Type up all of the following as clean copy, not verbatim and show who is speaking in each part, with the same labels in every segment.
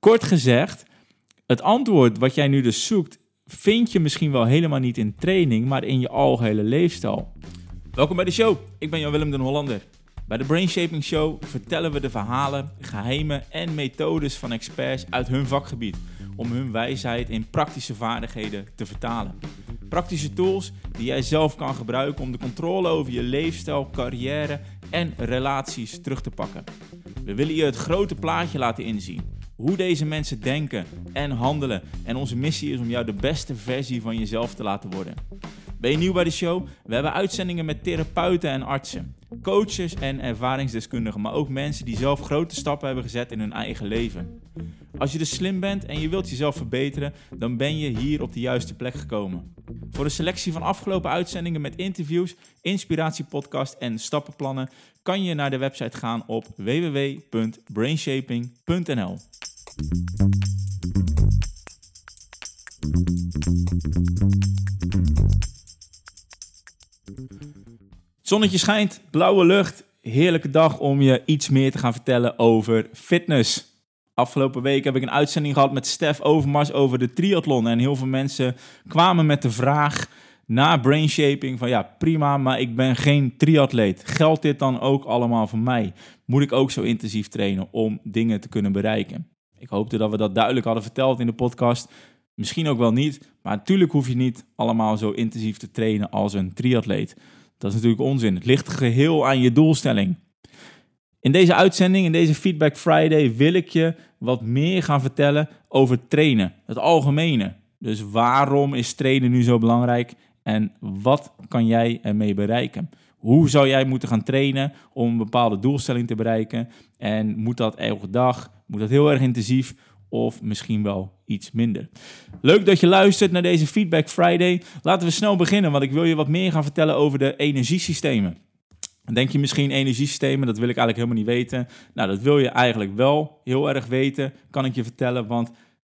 Speaker 1: Kort gezegd, het antwoord wat jij nu dus zoekt, vind je misschien wel helemaal niet in training, maar in je algehele leefstijl. Welkom bij de show, ik ben Jan-Willem den Hollander. Bij de Brain Shaping Show vertellen we de verhalen, geheimen en methodes van experts uit hun vakgebied om hun wijsheid in praktische vaardigheden te vertalen. Praktische tools die jij zelf kan gebruiken om de controle over je leefstijl, carrière en relaties terug te pakken. We willen je het grote plaatje laten inzien. Hoe deze mensen denken en handelen. En onze missie is om jou de beste versie van jezelf te laten worden. Ben je nieuw bij de show? We hebben uitzendingen met therapeuten en artsen, coaches en ervaringsdeskundigen, maar ook mensen die zelf grote stappen hebben gezet in hun eigen leven. Als je dus slim bent en je wilt jezelf verbeteren, dan ben je hier op de juiste plek gekomen. Voor een selectie van afgelopen uitzendingen met interviews, inspiratiepodcast en stappenplannen kan je naar de website gaan op www.brainshaping.nl. Het zonnetje schijnt, blauwe lucht, heerlijke dag om je iets meer te gaan vertellen over fitness. Afgelopen week heb ik een uitzending gehad met Stef Overmars over de triathlon. En heel veel mensen kwamen met de vraag na brainshaping van ja, prima, maar ik ben geen triatleet. Geldt dit dan ook allemaal voor mij? Moet ik ook zo intensief trainen om dingen te kunnen bereiken? Ik hoopte dat we dat duidelijk hadden verteld in de podcast. Misschien ook wel niet, maar natuurlijk hoef je niet allemaal zo intensief te trainen als een triatleet. Dat is natuurlijk onzin. Het ligt geheel aan je doelstelling. In deze uitzending, in deze Feedback Friday, wil ik je wat meer gaan vertellen over trainen. Het algemene. Dus waarom is trainen nu zo belangrijk en wat kan jij ermee bereiken? Hoe zou jij moeten gaan trainen om een bepaalde doelstelling te bereiken? En moet dat elke dag? Moet dat heel erg intensief? Of misschien wel iets minder. Leuk dat je luistert naar deze Feedback Friday. Laten we snel beginnen, want ik wil je wat meer gaan vertellen over de energiesystemen. Dan denk je misschien energiesystemen, dat wil ik eigenlijk helemaal niet weten. Nou, dat wil je eigenlijk wel heel erg weten, kan ik je vertellen. Want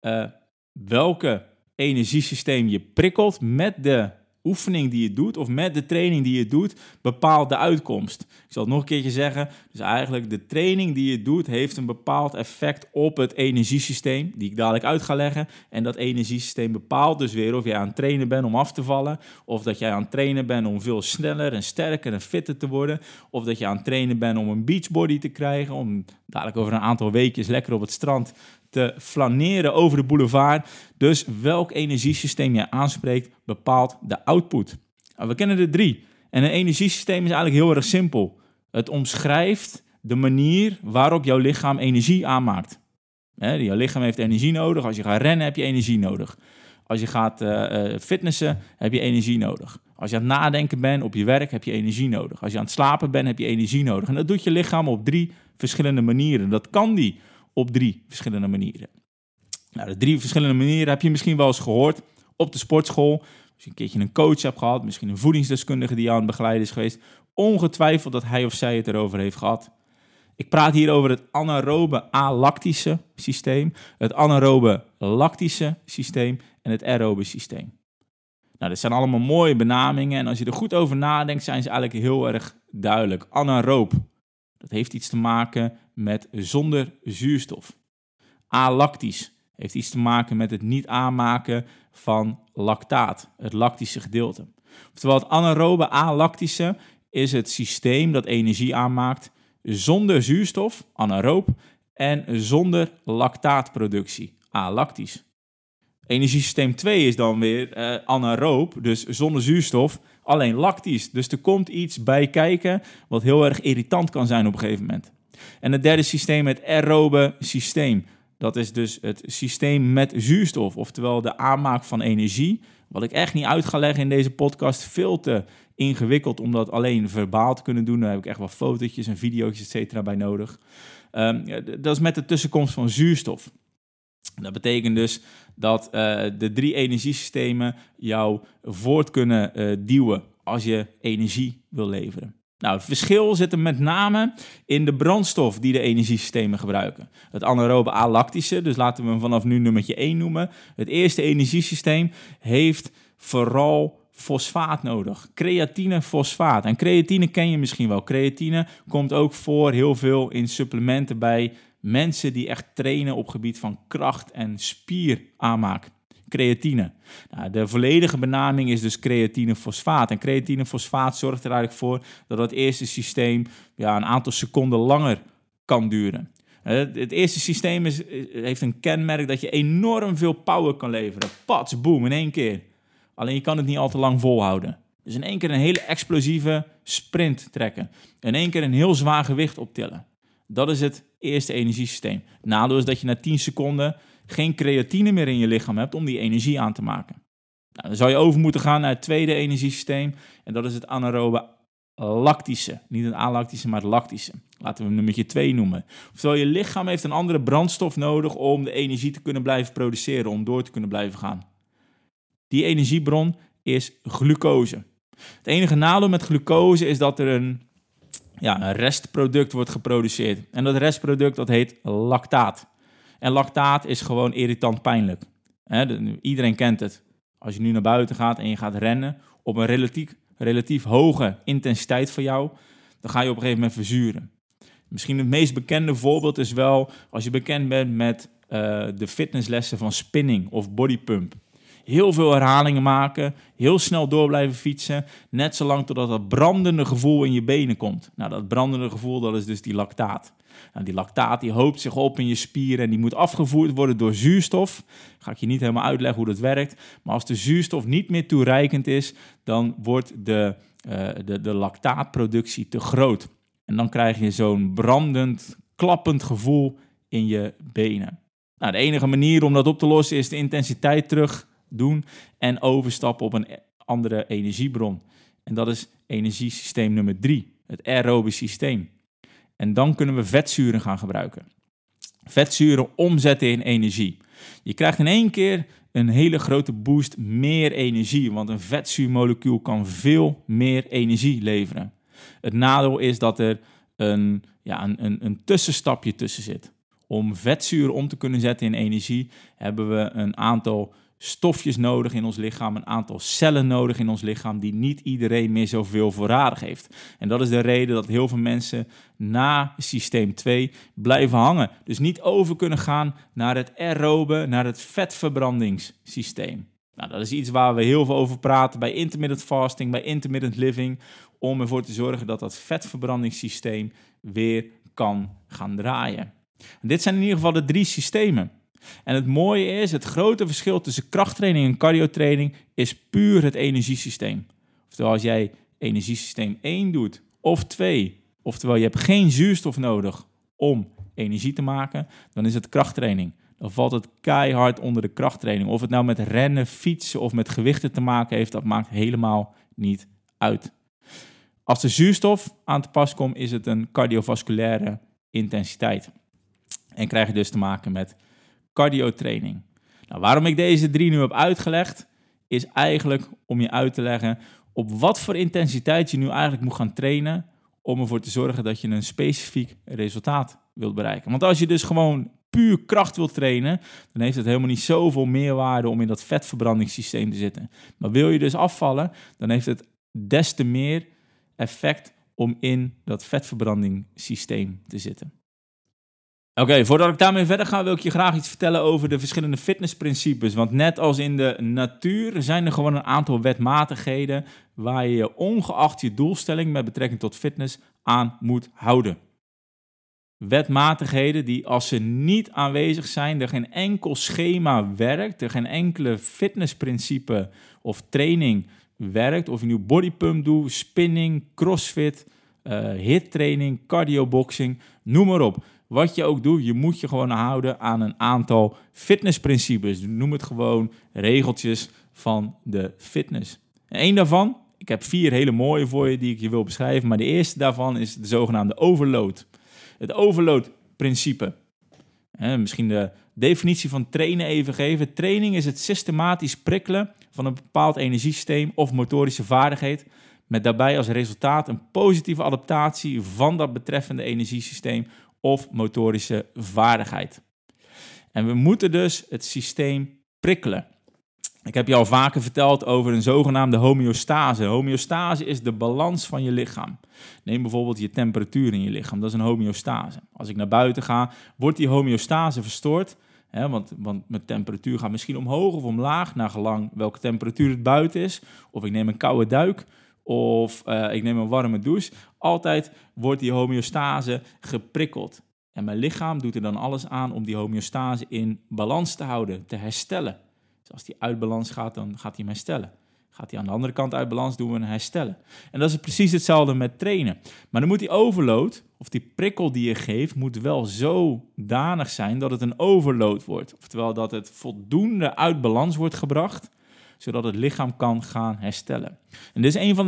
Speaker 1: welke energiesysteem je prikkelt met de oefening die je doet of met de training die je doet, bepaalt de uitkomst. Ik zal het nog een keertje zeggen. Dus eigenlijk de training die je doet heeft een bepaald effect op het energiesysteem, die ik dadelijk uit ga leggen. En dat energiesysteem bepaalt dus weer of jij aan het trainen bent om af te vallen, of dat jij aan het trainen bent om veel sneller en sterker en fitter te worden, of dat je aan het trainen bent om een beachbody te krijgen, om dadelijk over een aantal weekjes lekker op het strand te flaneren over de boulevard. Dus welk energiesysteem je aanspreekt, bepaalt de output. Nou, we kennen er 3. En een energiesysteem is eigenlijk heel erg simpel. Het omschrijft de manier waarop jouw lichaam energie aanmaakt. Jouw lichaam heeft energie nodig. Als je gaat rennen, heb je energie nodig. Als je gaat fitnessen, heb je energie nodig. Als je aan het nadenken bent op je werk, heb je energie nodig. Als je aan het slapen bent, heb je energie nodig. En dat doet je lichaam op 3 verschillende manieren. Dat kan die op 3 verschillende manieren. Nou, de 3 verschillende manieren heb je misschien wel eens gehoord op de sportschool. Als je een keertje een coach hebt gehad, misschien een voedingsdeskundige die jou aan het begeleiden is geweest, ongetwijfeld dat hij of zij het erover heeft gehad. Ik praat hier over het anaerobe alactische systeem, het anaerobe lactische systeem en het aerobe systeem. Nou, dit zijn allemaal mooie benamingen en als je er goed over nadenkt, zijn ze eigenlijk heel erg duidelijk. Anaeroop, dat heeft iets te maken met zonder zuurstof. Alactisch heeft iets te maken met het niet aanmaken van lactaat, het lactische gedeelte. Oftewel het anaerobe alactische is het systeem dat energie aanmaakt zonder zuurstof, anaeroop, en zonder lactaatproductie, alactisch. Energiesysteem 2 is dan weer anaeroop, dus zonder zuurstof, alleen lactisch. Dus er komt iets bij kijken wat heel erg irritant kan zijn op een gegeven moment. En het derde systeem, het aerobe systeem. Dat is dus het systeem met zuurstof, oftewel de aanmaak van energie. Wat ik echt niet uit ga leggen in deze podcast, veel te ingewikkeld om dat alleen verbaal te kunnen doen. Daar heb ik echt wel fotootjes en video's, et cetera, bij nodig. Dat is met de tussenkomst van zuurstof. Dat betekent dus dat de 3 energiesystemen jou voort kunnen duwen als je energie wil leveren. Nou, het verschil zit er met name in de brandstof die de energiesystemen gebruiken. Het anaerobe alactische, dus laten we hem vanaf nu nummertje 1 noemen. Het eerste energiesysteem heeft vooral fosfaat nodig. Creatine, fosfaat. En creatine ken je misschien wel. Creatine komt ook voor heel veel in supplementen bij Mensen die echt trainen op gebied van kracht en spieraanmaak. Creatine. Nou, de volledige benaming is dus creatinefosfaat. En creatinefosfaat zorgt er eigenlijk voor dat het eerste systeem een aantal seconden langer kan duren. Het eerste systeem heeft een kenmerk dat je enorm veel power kan leveren. Pats, boom, in 1 keer. Alleen je kan het niet al te lang volhouden. Dus in 1 keer een hele explosieve sprint trekken. In 1 keer een heel zwaar gewicht optillen. Dat is het eerste energiesysteem. Het nadeel is dat je na 10 seconden geen creatine meer in je lichaam hebt om die energie aan te maken. Nou, dan zou je over moeten gaan naar het tweede energiesysteem. En dat is het anaerobe lactische. Niet het alactische, maar het lactische. Laten we hem nummertje 2 noemen. Oftewel, je lichaam heeft een andere brandstof nodig om de energie te kunnen blijven produceren, om door te kunnen blijven gaan. Die energiebron is glucose. Het enige nadeel met glucose is dat er een restproduct wordt geproduceerd. En dat restproduct dat heet lactaat. En lactaat is gewoon irritant pijnlijk. Iedereen kent het. Als je nu naar buiten gaat en je gaat rennen op een relatief hoge intensiteit voor jou, dan ga je op een gegeven moment verzuren. Misschien het meest bekende voorbeeld is wel als je bekend bent met de fitnesslessen van spinning of bodypump. Heel veel herhalingen maken, heel snel door blijven fietsen, net zolang totdat dat brandende gevoel in je benen komt. Nou, dat brandende gevoel, dat is dus die lactaat. Nou, die lactaat die hoopt zich op in je spieren en die moet afgevoerd worden door zuurstof. Ga ik je niet helemaal uitleggen hoe dat werkt. Maar als de zuurstof niet meer toereikend is, dan wordt de lactaatproductie te groot. En dan krijg je zo'n brandend, klappend gevoel in je benen. Nou, de enige manier om dat op te lossen is de intensiteit terug doen en overstappen op een andere energiebron. En dat is energiesysteem nummer 3, het aerobe systeem. En dan kunnen we vetzuren gaan gebruiken. Vetzuren omzetten in energie. Je krijgt in 1 keer een hele grote boost meer energie, want een vetzuurmolecuul kan veel meer energie leveren. Het nadeel is dat er een tussenstapje tussen zit. Om vetzuren om te kunnen zetten in energie hebben we een aantal stofjes nodig in ons lichaam, een aantal cellen nodig in ons lichaam die niet iedereen meer zoveel voorradig heeft. En dat is de reden dat heel veel mensen na systeem 2 blijven hangen. Dus niet over kunnen gaan naar het aerobe, naar het vetverbrandingssysteem. Nou, dat is iets waar we heel veel over praten bij intermittent fasting, bij intermittent living, om ervoor te zorgen dat dat vetverbrandingssysteem weer kan gaan draaien. En dit zijn in ieder geval de 3 systemen. En het mooie is, het grote verschil tussen krachttraining en cardiotraining is puur het energiesysteem. Oftewel, als jij energiesysteem 1 doet of 2, oftewel je hebt geen zuurstof nodig om energie te maken, dan is het krachttraining. Dan valt het keihard onder de krachttraining. Of het nou met rennen, fietsen of met gewichten te maken heeft, dat maakt helemaal niet uit. Als de zuurstof aan te pas komt, is het een cardiovasculaire intensiteit. En krijg je dus te maken met cardiotraining. Nou, waarom ik deze 3 nu heb uitgelegd, is eigenlijk om je uit te leggen op wat voor intensiteit je nu eigenlijk moet gaan trainen om ervoor te zorgen dat je een specifiek resultaat wilt bereiken. Want als je dus gewoon puur kracht wilt trainen, dan heeft het helemaal niet zoveel meerwaarde om in dat vetverbrandingssysteem te zitten. Maar wil je dus afvallen, dan heeft het des te meer effect om in dat vetverbrandingssysteem te zitten. Oké, voordat ik daarmee verder ga, wil ik je graag iets vertellen over de verschillende fitnessprincipes. Want net als in de natuur zijn er gewoon een aantal wetmatigheden waar je ongeacht je doelstelling met betrekking tot fitness aan moet houden. Wetmatigheden die, als ze niet aanwezig zijn, er geen enkel schema werkt, er geen enkele fitnessprincipe of training werkt. Of je nu bodypump doet, spinning, crossfit, HIIT-training, cardioboxing, noem maar op. Wat je ook doet, je moet je gewoon houden aan een aantal fitnessprincipes. Noem het gewoon regeltjes van de fitness. En één daarvan, ik heb 4 hele mooie voor je die ik je wil beschrijven, maar de eerste daarvan is de zogenaamde overload. Het overload-principe. Misschien de definitie van trainen even geven. Training is het systematisch prikkelen van een bepaald energiesysteem of motorische vaardigheid, met daarbij als resultaat een positieve adaptatie van dat betreffende energiesysteem of motorische vaardigheid. En we moeten dus het systeem prikkelen. Ik heb je al vaker verteld over een zogenaamde homeostase. Homeostase is de balans van je lichaam. Neem bijvoorbeeld je temperatuur in je lichaam. Dat is een homeostase. Als ik naar buiten ga, wordt die homeostase verstoord. Want mijn temperatuur gaat misschien omhoog of omlaag, naar gelang welke temperatuur het buiten is. Of ik neem een koude duik, of ik neem een warme douche. Altijd wordt die homeostase geprikkeld. En mijn lichaam doet er dan alles aan om die homeostase in balans te houden, te herstellen. Dus als die uit balans gaat, dan gaat hij hem herstellen. Gaat hij aan de andere kant uit balans, doen we een herstellen. En dat is precies hetzelfde met trainen. Maar dan moet die overload, of die prikkel die je geeft, moet wel zodanig zijn dat het een overload wordt. Oftewel dat het voldoende uit balans wordt gebracht, zodat het lichaam kan gaan herstellen. En dit is een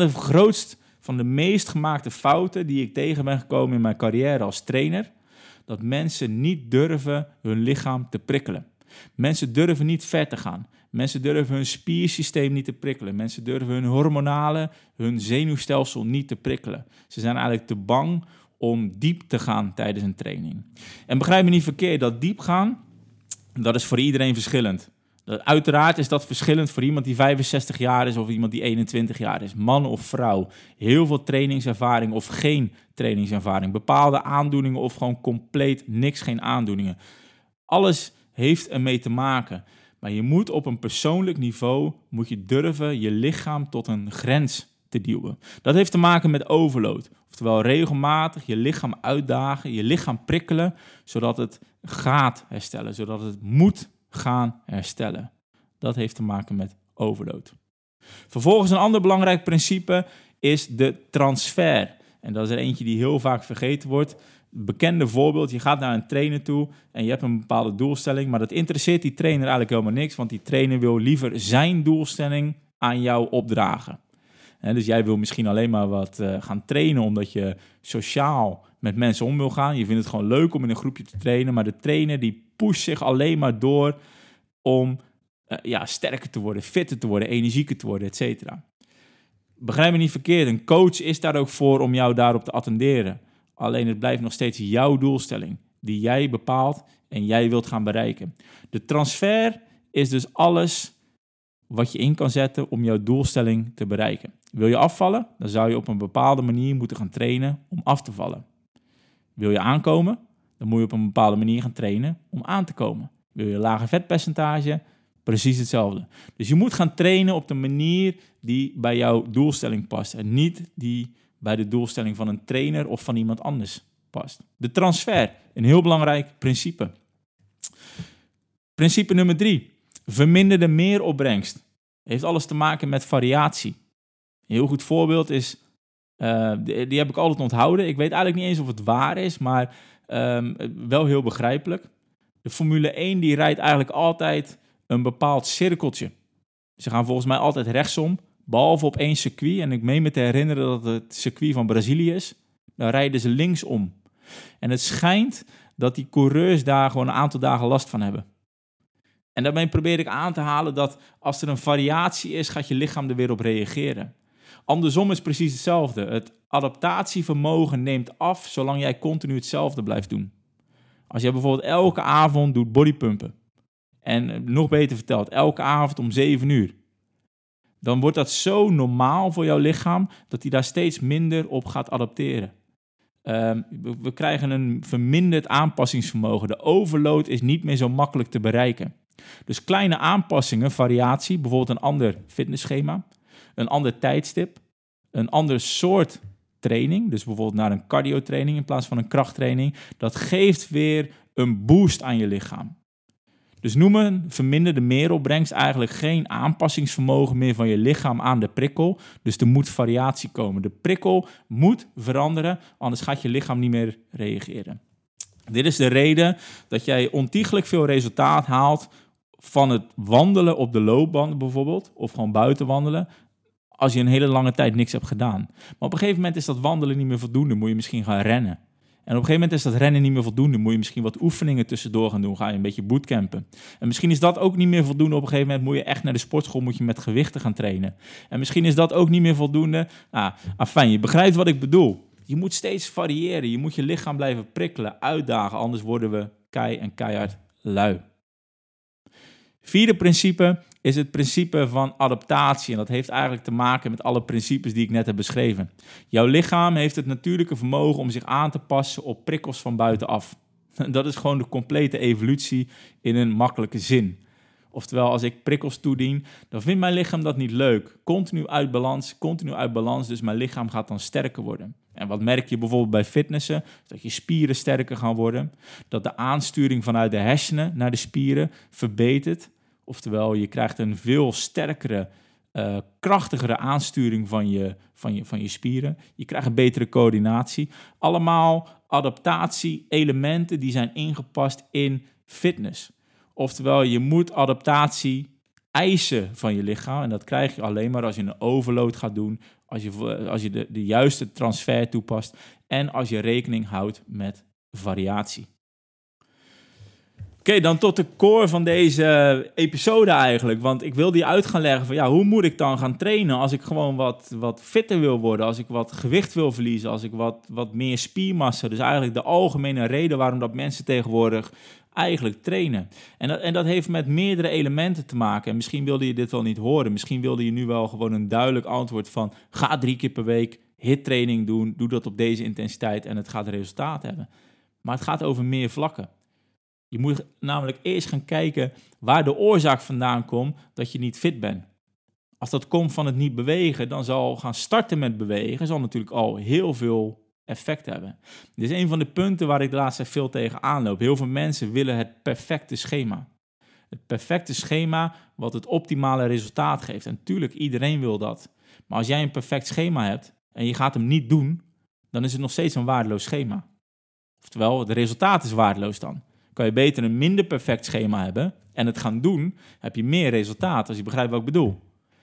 Speaker 1: van de meest gemaakte fouten die ik tegen ben gekomen in mijn carrière als trainer. Dat mensen niet durven hun lichaam te prikkelen. Mensen durven niet ver te gaan. Mensen durven hun spiersysteem niet te prikkelen. Mensen durven hun hormonale, hun zenuwstelsel niet te prikkelen. Ze zijn eigenlijk te bang om diep te gaan tijdens een training. En begrijp me niet verkeerd, dat diep gaan, dat is voor iedereen verschillend. Uiteraard is dat verschillend voor iemand die 65 jaar is of iemand die 21 jaar is. Man of vrouw. Heel veel trainingservaring of geen trainingservaring. Bepaalde aandoeningen of gewoon compleet niks, geen aandoeningen. Alles heeft ermee te maken. Maar je moet op een persoonlijk niveau durven je lichaam tot een grens te duwen. Dat heeft te maken met overload. Oftewel regelmatig je lichaam uitdagen, je lichaam prikkelen, zodat het gaat herstellen, zodat het moet gaan herstellen. Dat heeft te maken met overload. Vervolgens een ander belangrijk principe is de transfer. En dat is er eentje die heel vaak vergeten wordt. Bekende voorbeeld, je gaat naar een trainer toe en je hebt een bepaalde doelstelling, maar dat interesseert die trainer eigenlijk helemaal niks, want die trainer wil liever zijn doelstelling aan jou opdragen. Dus jij wil misschien alleen maar wat gaan trainen omdat je sociaal met mensen om wil gaan. Je vindt het gewoon leuk om in een groepje te trainen, maar de trainer die pusht zich alleen maar door om sterker te worden, fitter te worden, energieker te worden, et cetera. Begrijp me niet verkeerd, een coach is daar ook voor om jou daarop te attenderen. Alleen het blijft nog steeds jouw doelstelling, die jij bepaalt en jij wilt gaan bereiken. De transfer is dus alles wat je in kan zetten om jouw doelstelling te bereiken. Wil je afvallen, dan zou je op een bepaalde manier moeten gaan trainen om af te vallen. Wil je aankomen, dan moet je op een bepaalde manier gaan trainen om aan te komen. Wil je een lager vetpercentage, precies hetzelfde. Dus je moet gaan trainen op de manier die bij jouw doelstelling past en niet die bij de doelstelling van een trainer of van iemand anders past. De transfer, een heel belangrijk principe. Principe nummer 3. Verminder de meeropbrengst. Heeft alles te maken met variatie. Een heel goed voorbeeld is, die heb ik altijd onthouden. Ik weet eigenlijk niet eens of het waar is, maar wel heel begrijpelijk. De Formule 1 die rijdt eigenlijk altijd een bepaald cirkeltje. Ze gaan volgens mij altijd rechtsom, behalve op één circuit. En ik meen me te herinneren dat het circuit van Brazilië is. Daar rijden ze linksom. En het schijnt dat die coureurs daar gewoon een aantal dagen last van hebben. En daarmee probeer ik aan te halen dat als er een variatie is, gaat je lichaam er weer op reageren. Andersom is precies hetzelfde. Het adaptatievermogen neemt af zolang jij continu hetzelfde blijft doen. Als jij bijvoorbeeld elke avond doet bodypumpen, en nog beter verteld, elke avond om 7 uur, dan wordt dat zo normaal voor jouw lichaam dat hij daar steeds minder op gaat adapteren. We krijgen een verminderd aanpassingsvermogen. De overload is niet meer zo makkelijk te bereiken. Dus kleine aanpassingen, variatie, bijvoorbeeld een ander fitnessschema, een ander tijdstip, een ander soort training, dus bijvoorbeeld naar een cardiotraining in plaats van een krachttraining, dat geeft weer een boost aan je lichaam. Dus noemen verminderde meeropbrengst eigenlijk geen aanpassingsvermogen meer van je lichaam aan de prikkel. Dus er moet variatie komen. De prikkel moet veranderen, anders gaat je lichaam niet meer reageren. Dit is de reden dat jij ontiegelijk veel resultaat haalt van het wandelen op de loopband bijvoorbeeld, of gewoon buiten wandelen, als je een hele lange tijd niks hebt gedaan. Maar op een gegeven moment is dat wandelen niet meer voldoende, moet je misschien gaan rennen. En op een gegeven moment is dat rennen niet meer voldoende, moet je misschien wat oefeningen tussendoor gaan doen, ga je een beetje bootcampen. En misschien is dat ook niet meer voldoende, op een gegeven moment moet je echt naar de sportschool, moet je met gewichten gaan trainen. En misschien is dat ook niet meer voldoende. Afijn, je begrijpt wat ik bedoel. Je moet steeds variëren, je moet je lichaam blijven prikkelen, uitdagen, anders worden we keihard lui. Vierde principe is het principe van adaptatie. En dat heeft eigenlijk te maken met alle principes die ik net heb beschreven. Jouw lichaam heeft het natuurlijke vermogen om zich aan te passen op prikkels van buitenaf. Dat is gewoon de complete evolutie in een makkelijke zin. Oftewel, als ik prikkels toedien, dan vindt mijn lichaam dat niet leuk. Continu uit balans, dus mijn lichaam gaat dan sterker worden. En wat merk je bijvoorbeeld bij fitnessen? Dat je spieren sterker gaan worden. Dat de aansturing vanuit de hersenen naar de spieren verbetert. Oftewel, je krijgt een veel sterkere, krachtigere aansturing van je spieren. Je krijgt een betere coördinatie. Allemaal adaptatie-elementen die zijn ingepast in fitness. Oftewel, je moet adaptatie eisen van je lichaam. En dat krijg je alleen maar als je een overload gaat doen, als je de juiste transfer toepast en als je rekening houdt met variatie. Oké, dan tot de core van deze episode eigenlijk. Want ik wilde je uit gaan leggen van hoe moet ik dan gaan trainen als ik gewoon wat fitter wil worden, als ik wat gewicht wil verliezen, als ik wat meer spiermassa. Dus eigenlijk de algemene reden waarom dat mensen tegenwoordig eigenlijk trainen. En dat heeft met meerdere elementen te maken. En misschien wilde je dit wel niet horen. Misschien wilde je nu wel gewoon een duidelijk antwoord van ga 3 keer per week HIIT-training doen. Doe dat op deze intensiteit en het gaat resultaat hebben. Maar het gaat over meer vlakken. Je moet namelijk eerst gaan kijken waar de oorzaak vandaan komt dat je niet fit bent. Als dat komt van het niet bewegen, dan zal gaan starten met bewegen, zal natuurlijk al heel veel effect hebben. Dit is een van de punten waar ik de laatste tijd veel tegen aanloop. Heel veel mensen willen het perfecte schema. Het perfecte schema wat het optimale resultaat geeft. En natuurlijk, iedereen wil dat. Maar als jij een perfect schema hebt en je gaat hem niet doen, dan is het nog steeds een waardeloos schema. Oftewel, het resultaat is waardeloos dan. Kan je beter een minder perfect schema hebben en het gaan doen, heb je meer resultaat, als je begrijpt wat ik bedoel.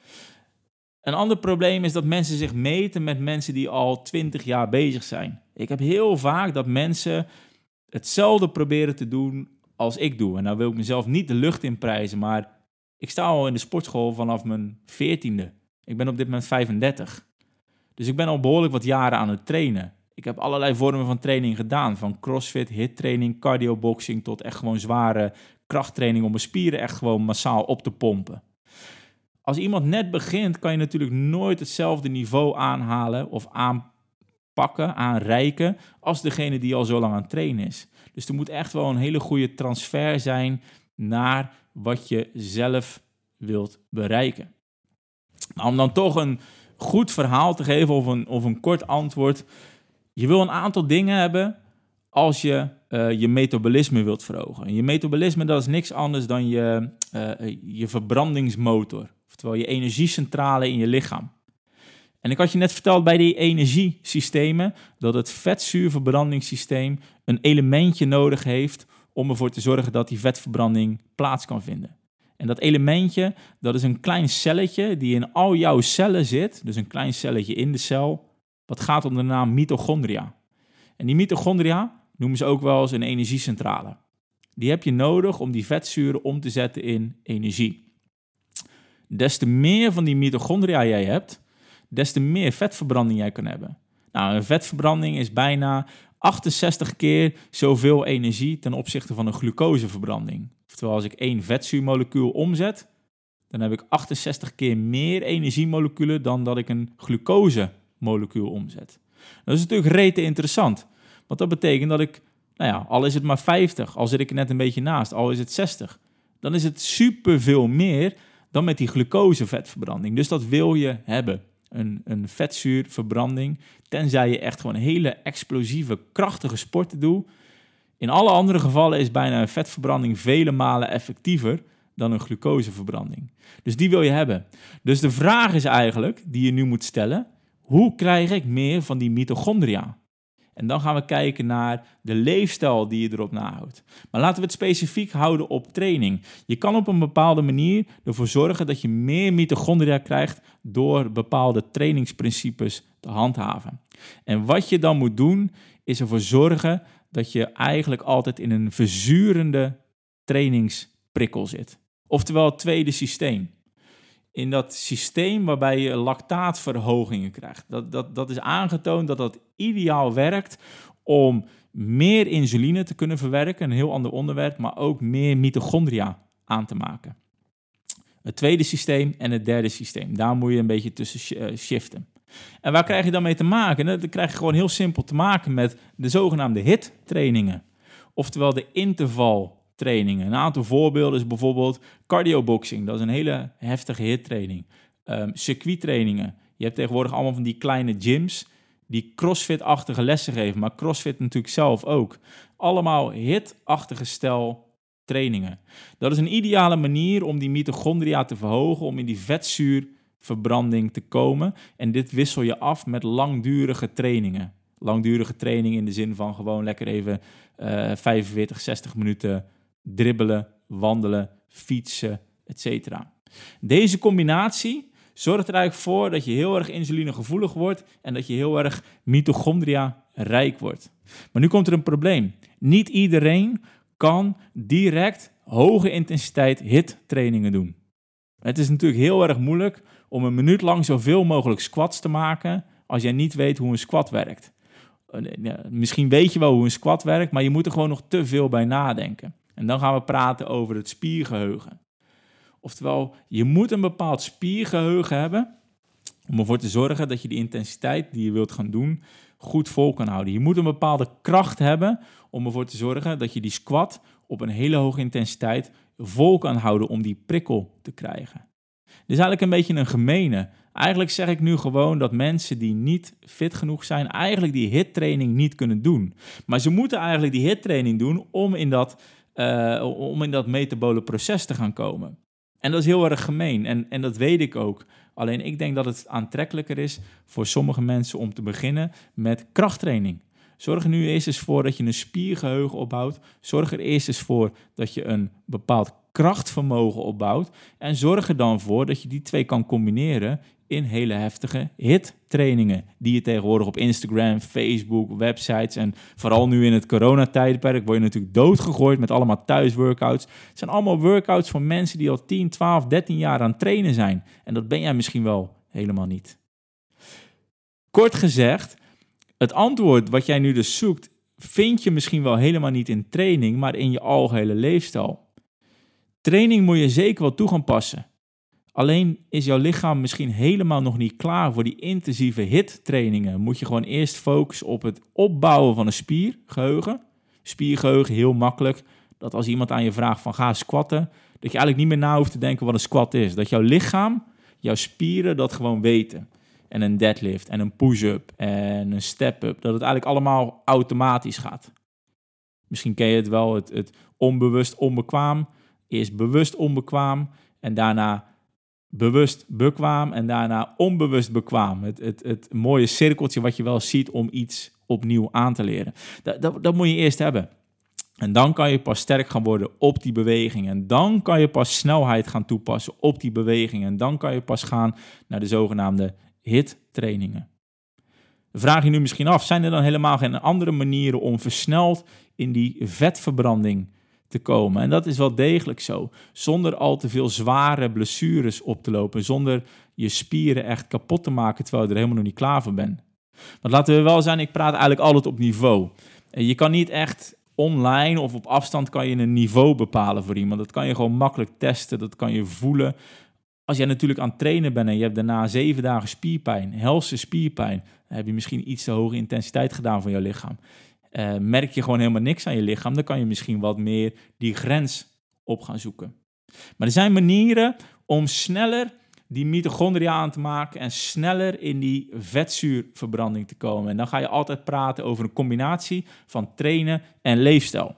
Speaker 1: Een ander probleem is dat mensen zich meten met mensen die al 20 jaar bezig zijn. Ik heb heel vaak dat mensen hetzelfde proberen te doen als ik doe. En nou wil ik mezelf niet de lucht in prijzen, maar ik sta al in de sportschool vanaf mijn 14e. Ik ben op dit moment 35. Dus ik ben al behoorlijk wat jaren aan het trainen. Ik heb allerlei vormen van training gedaan. Van crossfit, HIIT-training, cardioboxing tot echt gewoon zware krachttraining om mijn spieren echt gewoon massaal op te pompen. Als iemand net begint, kan je natuurlijk nooit hetzelfde niveau aanhalen of aanpakken, aanreiken, als degene die al zo lang aan het trainen is. Dus er moet echt wel een hele goede transfer zijn naar wat je zelf wilt bereiken. Nou, om dan toch een goed verhaal te geven of een kort antwoord. Je wil een aantal dingen hebben als je je metabolisme wilt verhogen. En je metabolisme, dat is niks anders dan je verbrandingsmotor. Oftewel je energiecentrale in je lichaam. En ik had je net verteld bij die energiesystemen dat het vetzuurverbrandingssysteem een elementje nodig heeft om ervoor te zorgen dat die vetverbranding plaats kan vinden. En dat elementje, dat is een klein celletje die in al jouw cellen zit. Dus een klein celletje in de cel. Wat gaat onder de naam mitochondria. En die mitochondria noemen ze ook wel eens een energiecentrale. Die heb je nodig om die vetzuren om te zetten in energie. Des te meer van die mitochondria jij hebt, des te meer vetverbranding jij kan hebben. Nou, een vetverbranding is bijna 68 keer zoveel energie ten opzichte van een glucoseverbranding. Oftewel, als ik 1 vetzuurmolecuul omzet, dan heb ik 68 keer meer energiemoleculen dan dat ik een glucosemolecuul omzet. Dat is natuurlijk rete interessant. Want dat betekent dat ik, al is het maar 50, al zit ik er net een beetje naast, al is het 60. Dan is het superveel meer dan met die glucosevetverbranding. Dus dat wil je hebben. Een vetzuurverbranding, tenzij je echt gewoon hele explosieve, krachtige sporten doet. In alle andere gevallen is bijna een vetverbranding vele malen effectiever dan een glucoseverbranding. Dus die wil je hebben. Dus de vraag is eigenlijk, die je nu moet stellen, hoe krijg ik meer van die mitochondria? En dan gaan we kijken naar de leefstijl die je erop nahoudt. Maar laten we het specifiek houden op training. Je kan op een bepaalde manier ervoor zorgen dat je meer mitochondria krijgt door bepaalde trainingsprincipes te handhaven. En wat je dan moet doen, is ervoor zorgen dat je eigenlijk altijd in een verzurende trainingsprikkel zit. Oftewel het tweede systeem. In dat systeem waarbij je lactaatverhogingen krijgt. Dat is aangetoond dat dat ideaal werkt om meer insuline te kunnen verwerken, een heel ander onderwerp, maar ook meer mitochondria aan te maken. Het tweede systeem en het derde systeem. Daar moet je een beetje tussen shiften. En waar krijg je dan mee te maken? Dan krijg je gewoon heel simpel te maken met de zogenaamde HIIT-trainingen. Oftewel de intervaltrainingen. Een aantal voorbeelden is bijvoorbeeld cardioboxing. Dat is een hele heftige HIIT-training. Circuittrainingen. Je hebt tegenwoordig allemaal van die kleine gyms die crossfit-achtige lessen geven. Maar crossfit natuurlijk zelf ook. Allemaal HIIT-achtige stijl trainingen. Dat is een ideale manier om die mitochondria te verhogen, om in die vetzuurverbranding te komen. En dit wissel je af met langdurige trainingen. Langdurige training in de zin van gewoon lekker even 45, 60 minuten dribbelen, wandelen, fietsen, etc. Deze combinatie zorgt er eigenlijk voor dat je heel erg insulinegevoelig wordt en dat je heel erg mitochondria rijk wordt. Maar nu komt er een probleem. Niet iedereen kan direct hoge intensiteit HIIT-trainingen doen. Het is natuurlijk heel erg moeilijk om een minuut lang zoveel mogelijk squats te maken als jij niet weet hoe een squat werkt. Misschien weet je wel hoe een squat werkt, maar je moet er gewoon nog te veel bij nadenken. En dan gaan we praten over het spiergeheugen. Oftewel, je moet een bepaald spiergeheugen hebben om ervoor te zorgen dat je die intensiteit die je wilt gaan doen goed vol kan houden. Je moet een bepaalde kracht hebben om ervoor te zorgen dat je die squat op een hele hoge intensiteit vol kan houden om die prikkel te krijgen. Dit is eigenlijk een beetje een gemene. Eigenlijk zeg ik nu gewoon dat mensen die niet fit genoeg zijn, eigenlijk die HIIT-training niet kunnen doen. Maar ze moeten eigenlijk die HIIT-training doen om in dat metabole proces te gaan komen. En dat is heel erg gemeen en dat weet ik ook. Alleen ik denk dat het aantrekkelijker is voor sommige mensen om te beginnen met krachttraining. Zorg er nu eerst eens voor dat je een spiergeheugen opbouwt. Zorg er eerst eens voor dat je een bepaald krachtvermogen opbouwt. En zorg er dan voor dat je die twee kan combineren in hele heftige HIIT-trainingen. Die je tegenwoordig op Instagram, Facebook, websites en vooral nu in het coronatijdperk word je natuurlijk doodgegooid met allemaal thuisworkouts. Het zijn allemaal workouts voor mensen die al 10, 12, 13 jaar aan het trainen zijn. En dat ben jij misschien wel helemaal niet. Kort gezegd, het antwoord wat jij nu dus zoekt, vind je misschien wel helemaal niet in training, maar in je algehele leefstijl. Training moet je zeker wel toe gaan passen. Alleen is jouw lichaam misschien helemaal nog niet klaar voor die intensieve HIIT-trainingen. Moet je gewoon eerst focussen op het opbouwen van een spiergeheugen. Spiergeheugen, heel makkelijk. Dat als iemand aan je vraagt van ga squatten, dat je eigenlijk niet meer na hoeft te denken wat een squat is. Dat jouw lichaam, jouw spieren dat gewoon weten. En een deadlift en een push-up en een step-up. Dat het eigenlijk allemaal automatisch gaat. Misschien ken je het wel, het onbewust onbekwaam. Eerst bewust onbekwaam en daarna bewust bekwaam en daarna onbewust bekwaam. Het mooie cirkeltje wat je wel ziet om iets opnieuw aan te leren. Dat moet je eerst hebben. En dan kan je pas sterk gaan worden op die beweging. En dan kan je pas snelheid gaan toepassen op die beweging. En dan kan je pas gaan naar de zogenaamde HIIT-trainingen. Vraag je nu misschien af, zijn er dan helemaal geen andere manieren om versneld in die vetverbranding te komen? En dat is wel degelijk zo. Zonder al te veel zware blessures op te lopen. Zonder je spieren echt kapot te maken terwijl je er helemaal nog niet klaar voor bent. Want laten we wel zijn, ik praat eigenlijk altijd op niveau. Je kan niet echt online of op afstand kan je een niveau bepalen voor iemand. Dat kan je gewoon makkelijk testen, dat kan je voelen. Als jij natuurlijk aan het trainen bent en je hebt daarna 7 dagen spierpijn, helse spierpijn, dan heb je misschien iets te hoge intensiteit gedaan van je lichaam. Merk je gewoon helemaal niks aan je lichaam, dan kan je misschien wat meer die grens op gaan zoeken. Maar er zijn manieren om sneller die mitochondria aan te maken en sneller in die vetzuurverbranding te komen. En dan ga je altijd praten over een combinatie van trainen en leefstijl.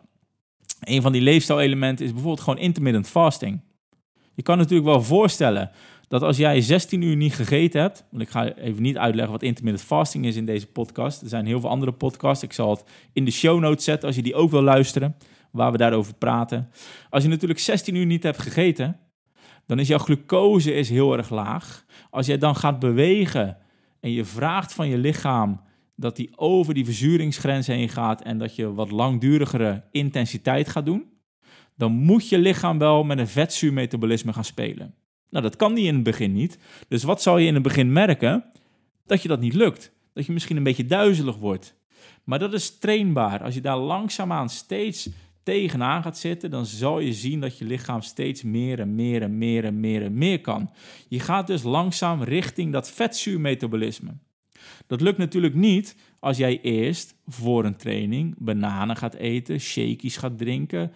Speaker 1: Een van die leefstijlelementen is bijvoorbeeld gewoon intermittent fasting. Je kan natuurlijk wel voorstellen dat als jij 16 uur niet gegeten hebt, want ik ga even niet uitleggen wat intermittent fasting is in deze podcast. Er zijn heel veel andere podcasts. Ik zal het in de show notes zetten als je die ook wil luisteren, waar we daarover praten. Als je natuurlijk 16 uur niet hebt gegeten, dan is jouw glucose heel erg laag. Als jij dan gaat bewegen en je vraagt van je lichaam dat die over die verzuringsgrens heen gaat en dat je wat langdurigere intensiteit gaat doen, dan moet je lichaam wel met een vetzuurmetabolisme gaan spelen. Nou, dat kan die in het begin niet. Dus wat zal je in het begin merken? Dat je dat niet lukt. Dat je misschien een beetje duizelig wordt. Maar dat is trainbaar. Als je daar langzaamaan steeds tegenaan gaat zitten, dan zal je zien dat je lichaam steeds meer en meer en meer en meer en meer kan. Je gaat dus langzaam richting dat vetzuurmetabolisme. Dat lukt natuurlijk niet als jij eerst voor een training bananen gaat eten, shakies gaat drinken,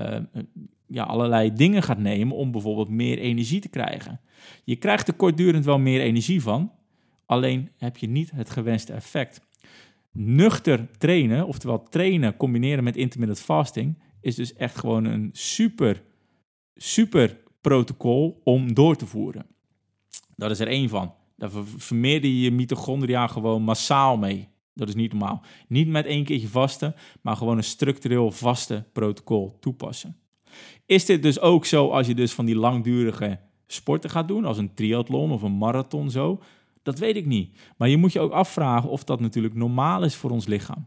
Speaker 1: allerlei dingen gaat nemen om bijvoorbeeld meer energie te krijgen. Je krijgt er kortdurend wel meer energie van, alleen heb je niet het gewenste effect. Nuchter trainen, oftewel trainen combineren met intermittent fasting, is dus echt gewoon een super protocol om door te voeren. Dat is er één van. Daar vermeerder je mitochondria gewoon massaal mee. Dat is niet normaal. Niet met 1 keertje vasten, maar gewoon een structureel vaste protocol toepassen. Is dit dus ook zo als je dus van die langdurige sporten gaat doen, als een triathlon of een marathon zo? Dat weet ik niet. Maar je moet je ook afvragen of dat natuurlijk normaal is voor ons lichaam.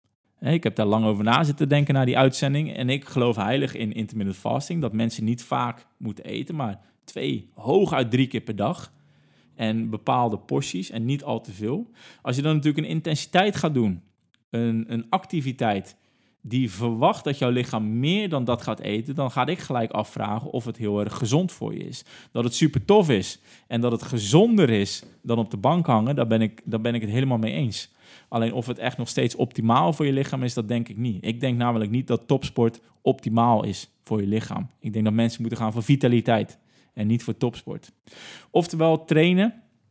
Speaker 1: Ik heb daar lang over na zitten denken na die uitzending. En ik geloof heilig in intermittent fasting. Dat mensen niet vaak moeten eten, maar 2, hooguit 3 keer per dag. En bepaalde porties en niet al te veel. Als je dan natuurlijk een intensiteit gaat doen, een activiteit die verwacht dat jouw lichaam meer dan dat gaat eten, dan ga ik gelijk afvragen of het heel erg gezond voor je is. Dat het super tof is en dat het gezonder is dan op de bank hangen, daar ben ik het helemaal mee eens. Alleen of het echt nog steeds optimaal voor je lichaam is, dat denk ik niet. Ik denk namelijk niet dat topsport optimaal is voor je lichaam. Ik denk dat mensen moeten gaan voor vitaliteit en niet voor topsport. Oftewel trainen,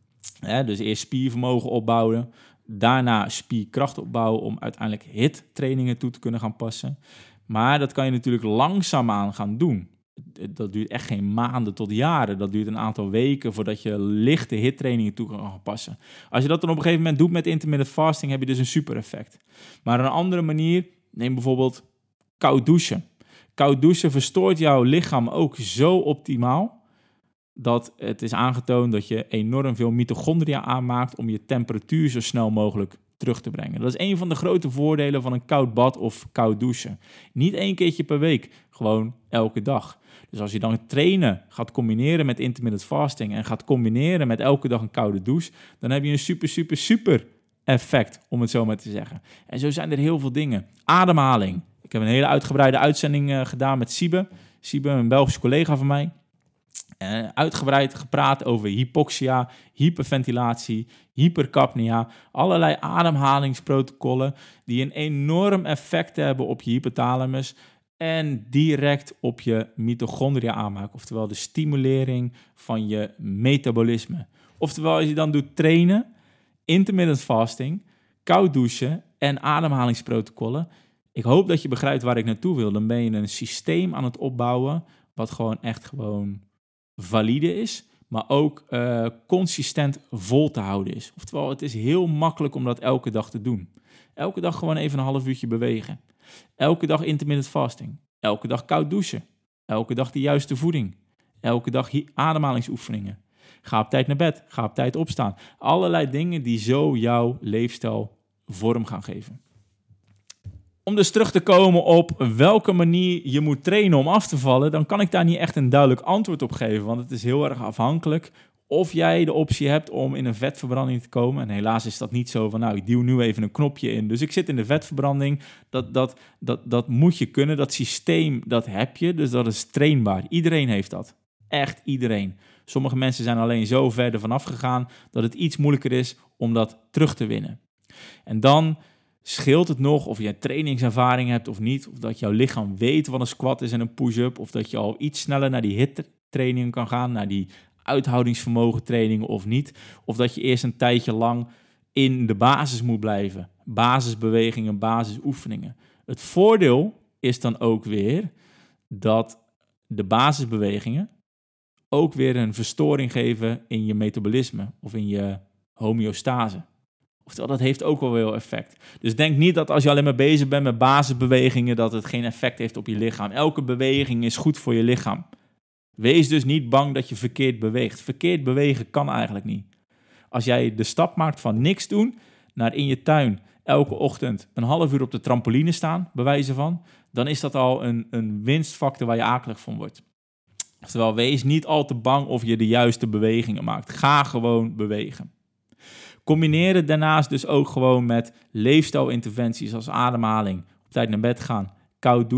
Speaker 1: dus eerst spiervermogen opbouwen, daarna spierkracht opbouwen om uiteindelijk HIIT-trainingen toe te kunnen gaan passen. Maar dat kan je natuurlijk langzaamaan gaan doen. Dat duurt echt geen maanden tot jaren. Dat duurt een aantal weken voordat je lichte HIIT-trainingen toe kan gaan passen. Als je dat dan op een gegeven moment doet met intermittent fasting, heb je dus een super effect. Maar een andere manier, neem bijvoorbeeld koud douchen. Koud douchen verstoort jouw lichaam ook zo optimaal dat het is aangetoond dat je enorm veel mitochondria aanmaakt om je temperatuur zo snel mogelijk terug te brengen. Dat is een van de grote voordelen van een koud bad of koud douchen. Niet 1 keertje per week, gewoon elke dag. Dus als je dan trainen gaat combineren met intermittent fasting en gaat combineren met elke dag een koude douche, dan heb je een super effect, om het zo maar te zeggen. En zo zijn er heel veel dingen. Ademhaling. Ik heb een hele uitgebreide uitzending gedaan met Siebe. Siebe, een Belgische collega van mij. Uitgebreid gepraat over hypoxia, hyperventilatie, hypercapnia, allerlei ademhalingsprotocollen die een enorm effect hebben op je hypothalamus en direct op je mitochondria aanmaak, oftewel de stimulering van je metabolisme. Oftewel, als je dan doet trainen, intermittent fasting, koud douchen en ademhalingsprotocollen, ik hoop dat je begrijpt waar ik naartoe wil. Dan ben je een systeem aan het opbouwen wat gewoon echt valide is, maar ook consistent vol te houden is. Oftewel, het is heel makkelijk om dat elke dag te doen. Elke dag gewoon even een half uurtje bewegen. Elke dag intermittent fasting. Elke dag koud douchen. Elke dag de juiste voeding. Elke dag ademhalingsoefeningen. Ga op tijd naar bed. Ga op tijd opstaan. Allerlei dingen die zo jouw leefstijl vorm gaan geven. Om dus terug te komen op welke manier je moet trainen om af te vallen, dan kan ik daar niet echt een duidelijk antwoord op geven, want het is heel erg afhankelijk of jij de optie hebt om in een vetverbranding te komen. En helaas is dat niet zo van, ik duw nu even een knopje in, dus ik zit in de vetverbranding. Dat moet je kunnen, dat systeem, dat heb je, dus dat is trainbaar. Iedereen heeft dat. Echt iedereen. Sommige mensen zijn alleen zo ver ervan afgegaan dat het iets moeilijker is om dat terug te winnen. En dan scheelt het nog of je trainingservaring hebt of niet, of dat jouw lichaam weet wat een squat is en een push-up, of dat je al iets sneller naar die HIIT-trainingen kan gaan, naar die uithoudingsvermogen trainingen of niet, of dat je eerst een tijdje lang in de basis moet blijven. Basisbewegingen, basisoefeningen. Het voordeel is dan ook weer dat de basisbewegingen ook weer een verstoring geven in je metabolisme of in je homeostase. Oftewel, dat heeft ook wel veel effect. Dus denk niet dat als je alleen maar bezig bent met basisbewegingen, dat het geen effect heeft op je lichaam. Elke beweging is goed voor je lichaam. Wees dus niet bang dat je verkeerd beweegt. Verkeerd bewegen kan eigenlijk niet. Als jij de stap maakt van niks doen naar in je tuin elke ochtend een half uur op de trampoline staan, bij wijze van, dan is dat al een winstfactor waar je akelig van wordt. Oftewel, wees niet al te bang of je de juiste bewegingen maakt. Ga gewoon bewegen. Combineer het daarnaast dus ook gewoon met leefstijlinterventies als ademhaling, op tijd naar bed gaan, koud douchen,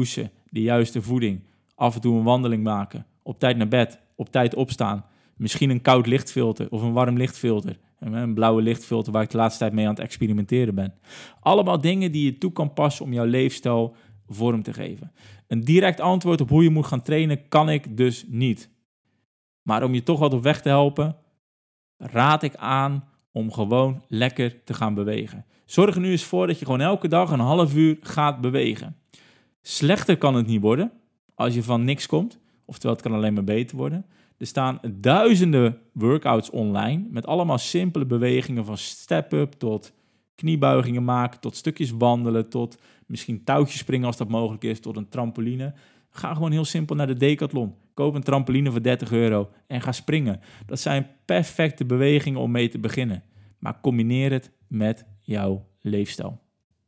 Speaker 1: de juiste voeding, af en toe een wandeling maken, op tijd naar bed, op tijd opstaan, misschien een koud lichtfilter of een warm lichtfilter, een blauwe lichtfilter waar ik de laatste tijd mee aan het experimenteren ben. Allemaal dingen die je toe kan passen om jouw leefstijl vorm te geven. Een direct antwoord op hoe je moet gaan trainen kan ik dus niet. Maar om je toch wat op weg te helpen, raad ik aan om gewoon lekker te gaan bewegen. Zorg er nu eens voor dat je gewoon elke dag een half uur gaat bewegen. Slechter kan het niet worden als je van niks komt. Oftewel, het kan alleen maar beter worden. Er staan duizenden workouts online met allemaal simpele bewegingen van step-up tot kniebuigingen maken, tot stukjes wandelen, tot misschien touwtjes springen als dat mogelijk is, tot een trampoline. Ga gewoon heel simpel naar de Decathlon. Koop een trampoline voor €30 en ga springen. Dat zijn perfecte bewegingen om mee te beginnen. Maar combineer het met jouw leefstijl.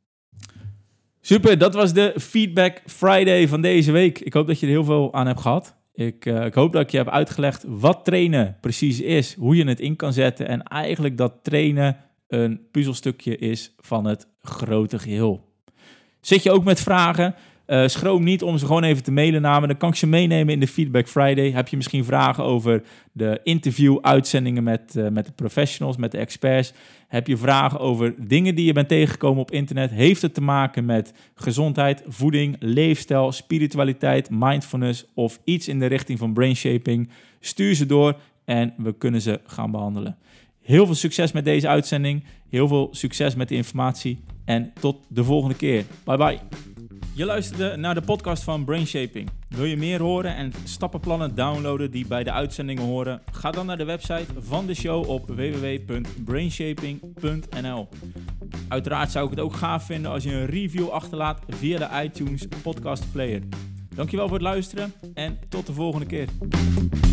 Speaker 1: Super, dat was de Feedback Friday van deze week. Ik hoop dat je er heel veel aan hebt gehad. Ik hoop dat ik je heb uitgelegd wat trainen precies is, hoe je het in kan zetten en eigenlijk dat trainen een puzzelstukje is van het grote geheel. Zit je ook met vragen? Schroom niet om ze gewoon even te mailen naar me. Dan kan ik ze meenemen in de Feedback Friday. Heb je misschien vragen over de interview-uitzendingen met de professionals, met de experts? Heb je vragen over dingen die je bent tegengekomen op internet? Heeft het te maken met gezondheid, voeding, leefstijl, spiritualiteit, mindfulness of iets in de richting van brainshaping? Stuur ze door en we kunnen ze gaan behandelen. Heel veel succes met deze uitzending. Heel veel succes met de informatie. En tot de volgende keer. Bye bye. Je luisterde naar de podcast van Brainshaping. Wil je meer horen en stappenplannen downloaden die bij de uitzendingen horen? Ga dan naar de website van de show op www.brainshaping.nl. Uiteraard zou ik het ook gaaf vinden als je een review achterlaat via de iTunes podcast player. Dankjewel voor het luisteren en tot de volgende keer.